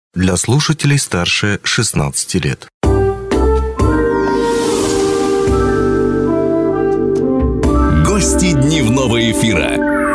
Для слушателей старше 16 лет. Гости дневного эфира.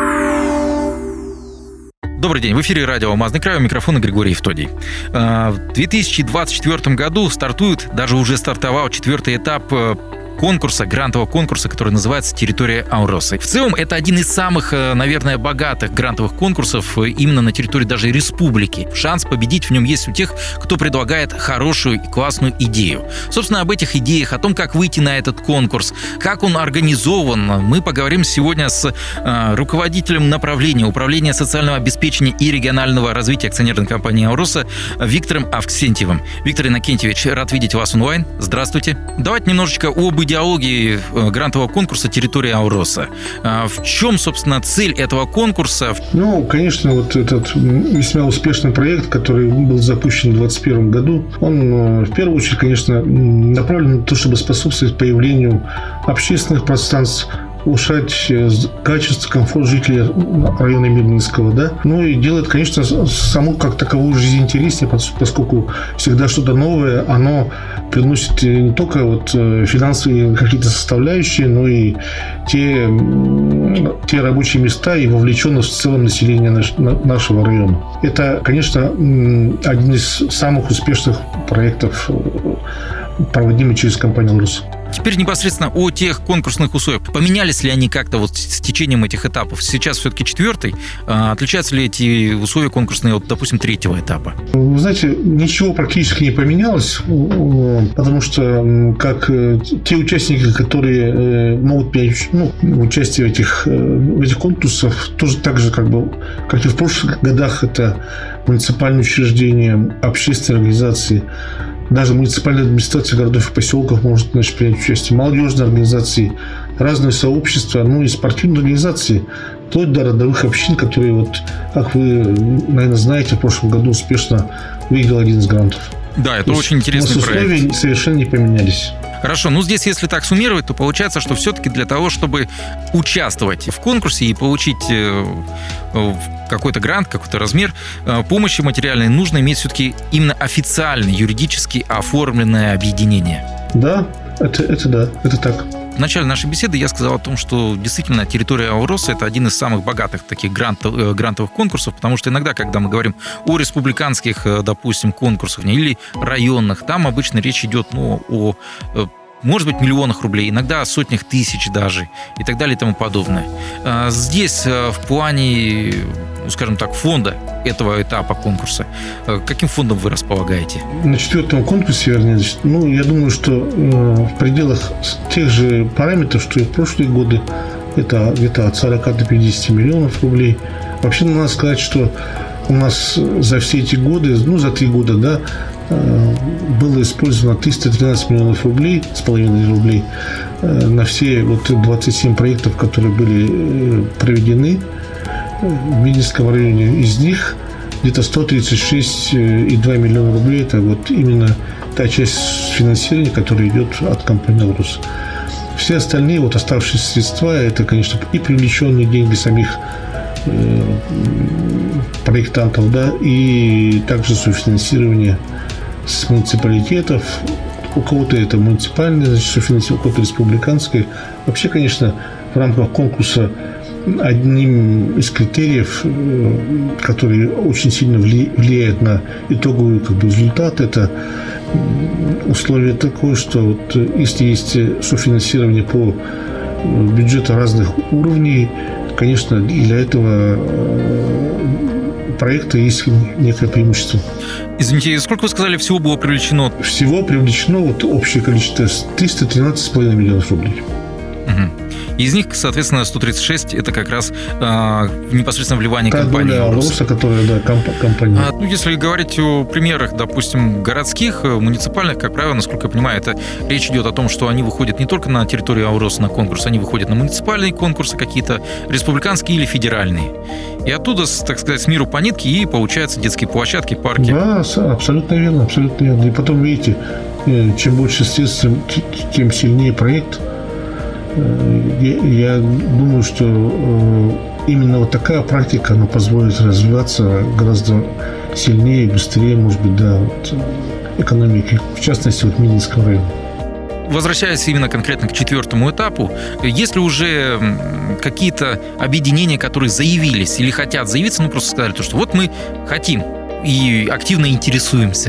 Добрый день, в эфире радио «Алмазный край», у микрофона Григорий Евтодий. В 2024 году даже уже стартовал 4-й этап грантового конкурса, который называется «Территория Ауроса». В целом, это один из самых, наверное, богатых грантовых конкурсов именно на территории даже республики. Шанс победить в нем есть у тех, кто предлагает хорошую и классную идею. Собственно, об этих идеях, о том, как выйти на этот конкурс, как он организован, мы поговорим сегодня с руководителем направления Управления социального обеспечения и регионального развития акционерной компании «Ауроса» Виктором Авксентьевым. Виктор Иннокентьевич, рад видеть вас онлайн. Здравствуйте. Давайте немножечко об идеологии грантового конкурса «Территория Ауроса». В чем, собственно, цель этого конкурса? Конечно, вот этот весьма успешный проект, который был запущен в 2021 году, он в первую очередь, конечно, направлен на то, чтобы способствовать появлению общественных пространств, улучшать качество, комфорт жителей района Мирнинского, и делает, конечно, саму как таковую жизнь интереснее, поскольку всегда что-то новое, оно приносит не только финансовые какие-то составляющие, но и те рабочие места и вовлеченность в целом населения нашего района. Это, конечно, один из самых успешных проектов, проводимый через компанию «Ауроса». Теперь непосредственно о тех конкурсных условиях. Поменялись ли они как-то с течением этих этапов? Сейчас все-таки 4-й. Отличаются ли эти условия конкурсные от, допустим, 3-го этапа? Вы знаете, ничего практически не поменялось, потому что как те участники, которые могут принять участие в этих конкурсах, тоже так же, как и в прошлых годах, это муниципальные учреждения, общественные организации, даже муниципальная администрация городов и поселков может принять участие, молодежные организации, разные сообщества, и спортивные организации, вплоть до родовых общин, которые, как вы, наверное, знаете, в прошлом году успешно выиграл один из грантов. Да, это очень интересный проект. Условия совершенно не поменялись. Хорошо, здесь, если так суммировать, то получается, что все-таки для того, чтобы участвовать в конкурсе и получить какой-то грант, какой-то размер помощи материальной, нужно иметь все-таки именно официальное, юридически оформленное объединение. Да, это так. В начале нашей беседы я сказал о том, что действительно территория Ауроса – это один из самых богатых таких грантовых конкурсов, потому что иногда, когда мы говорим о республиканских, допустим, конкурсах или районных, там обычно речь идет о, может быть, миллионах рублей, иногда о сотнях тысяч даже и так далее и тому подобное. Здесь в плане, скажем так, фонда этого этапа конкурса, каким фондом вы располагаете? На 4-м конкурсе, я думаю, что в пределах тех же параметров, что и в прошлые годы, это где-то от 40 до 50 миллионов рублей. Вообще, надо сказать, что у нас за все эти годы, за 3 года, было использовано 313 миллионов рублей, на все 27 проектов, которые были проведены в Мирнинском районе. Из них где-то 136,2 миллиона рублей – это именно та часть финансирования, которая идет от компании «Ауроса». Все остальные оставшиеся средства – это, конечно, и привлеченные деньги самих проектантов, и также софинансирование с муниципалитетов. У кого-то это муниципальное софинансирование, у кого-то республиканское. Вообще, конечно, в рамках конкурса одним из критериев, который очень сильно влияет на итоговый результат, это условие такое, что если есть софинансирование по бюджету разных уровней, конечно, для этого проекта есть некое преимущество. Извините, сколько вы сказали, всего было привлечено? Всего привлечено общее количество 313,5 миллионов рублей. Угу. Из них, соответственно, 136 – это как раз непосредственно вливание компании «Ауроса». Которая, компания. Если говорить о примерах, допустим, городских, муниципальных, как правило, насколько я понимаю, это речь идет о том, что они выходят не только на территорию «Ауроса» на конкурс, они выходят на муниципальные конкурсы какие-то, республиканские или федеральные. И оттуда, так сказать, с миру по нитке и получаются детские площадки, парки. Да, абсолютно верно, абсолютно верно. И потом, видите, чем больше средств, тем сильнее проект. Я думаю, что именно такая практика, она позволит развиваться гораздо сильнее, быстрее, может быть, да, вот, экономики, в частности, вот Мининского района. Возвращаясь именно конкретно к 4-му этапу, есть ли уже какие-то объединения, которые заявились или хотят заявиться, ну просто сказали, что вот мы хотим и активно интересуемся?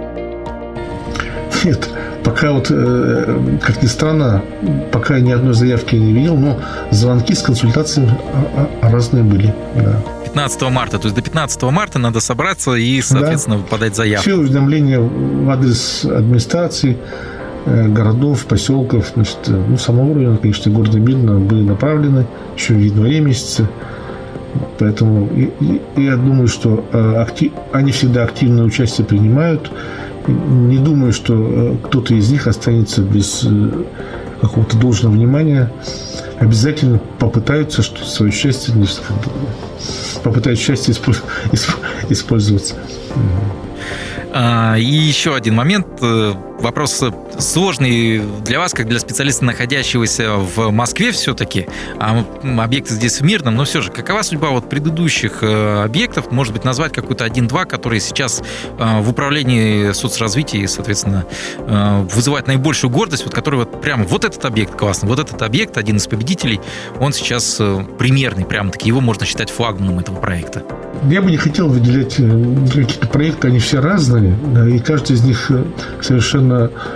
Нет, пока вот, как ни странно, пока ни одной заявки не видел, но звонки с консультациями разные были, да. 15 марта, то есть до 15 марта надо собраться и, соответственно, подать заявку. Все уведомления в адрес администрации, городов, поселков, значит, ну, самого района, конечно, города Мирного были направлены еще в январе месяце. Поэтому я думаю, что они всегда активное участие принимают. Не думаю, что кто-то из них останется без какого-то должного внимания. Обязательно попытаются свое счастье, попытаются счастье использоваться. И еще один момент. Вопрос сложный для вас, как для специалиста, находящегося в Москве все-таки. Объекты здесь в Мирном, но все же, какова судьба вот предыдущих объектов? Может быть, назвать какой-то 1-2, которые сейчас в управлении соцразвития, соответственно, вызывают наибольшую гордость, вот который вот прямо вот этот объект классный, вот этот объект, один из победителей, он сейчас примерный, прямо-таки его можно считать флагманом этого проекта. Я бы не хотел выделять какие-то проекты, они все разные, да, и каждый из них совершенно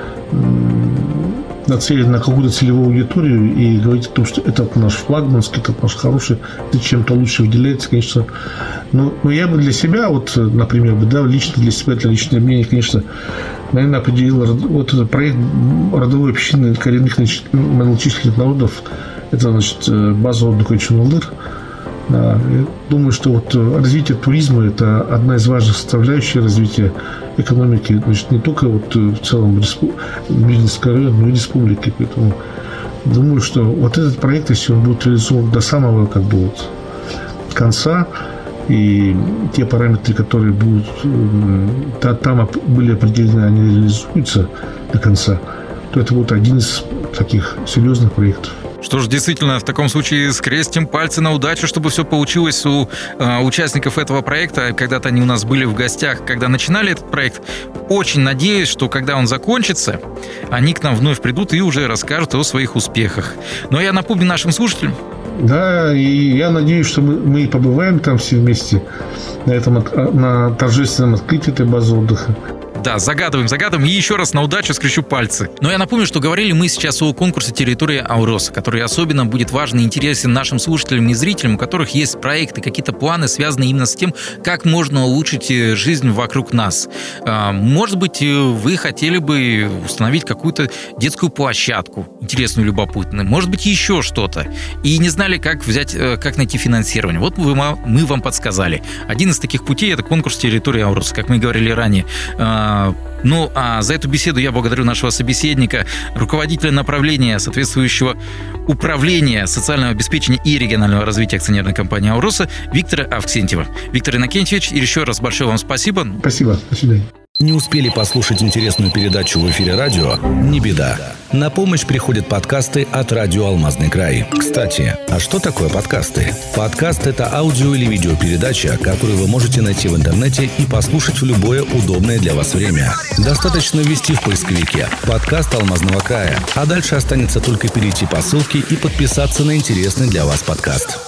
нацелен на какую-то целевую аудиторию, и говорить о том, что этот наш флагманский, этот наш хороший, это чем-то лучше выделяется, конечно. Но я бы для себя, вот, например, да, лично для себя, для личного мнения, конечно, наверное, определил вот этот проект родовой общины коренных малочисленных народов. Это, значит, база отдыха Чунлыр. Да, я думаю, что вот развитие туризма – это одна из важных составляющих развития экономики, значит, не только вот в целом Мирнинского района, но и республики. Поэтому думаю, что вот этот проект, если он будет реализован до самого как бы вот конца, и те параметры, которые будут там были определены, они реализуются до конца, то это будет один из таких серьезных проектов. Что ж, действительно, в таком случае скрестим пальцы на удачу, чтобы все получилось у участников этого проекта. Когда-то они у нас были в гостях, когда начинали этот проект. Очень надеюсь, что когда он закончится, они к нам вновь придут и уже расскажут о своих успехах. Но я напомню нашим слушателям. Да, и я надеюсь, что мы побываем там все вместе на торжественном открытии этой базы отдыха. Да, загадываем. И еще раз на удачу скрещу пальцы. Но я напомню, что говорили мы сейчас о конкурсе «Территория Ауроса», который особенно будет важен и интересен нашим слушателям и зрителям, у которых есть проекты, какие-то планы, связанные именно с тем, как можно улучшить жизнь вокруг нас. Может быть, вы хотели бы установить какую-то детскую площадку, интересную, любопытную. Может быть, еще что-то. И не знали, как найти финансирование. Вот мы вам подсказали. Один из таких путей – это конкурс «Территория Ауроса», как мы говорили ранее. Ну, а за эту беседу я благодарю нашего собеседника, руководителя направления соответствующего управления социального обеспечения и регионального развития акционерной компании «Ауроса» Виктора Авксентьева. Виктор Иннокентьевич, еще раз большое вам спасибо. Спасибо. До свидания. Не успели послушать интересную передачу в эфире радио? Не беда. На помощь приходят подкасты от радио «Алмазный край». Кстати, а что такое подкасты? Подкаст – это аудио- или видеопередача, которую вы можете найти в интернете и послушать в любое удобное для вас время. Достаточно ввести в поисковике «Подкаст Алмазного края», а дальше останется только перейти по ссылке и подписаться на интересный для вас подкаст.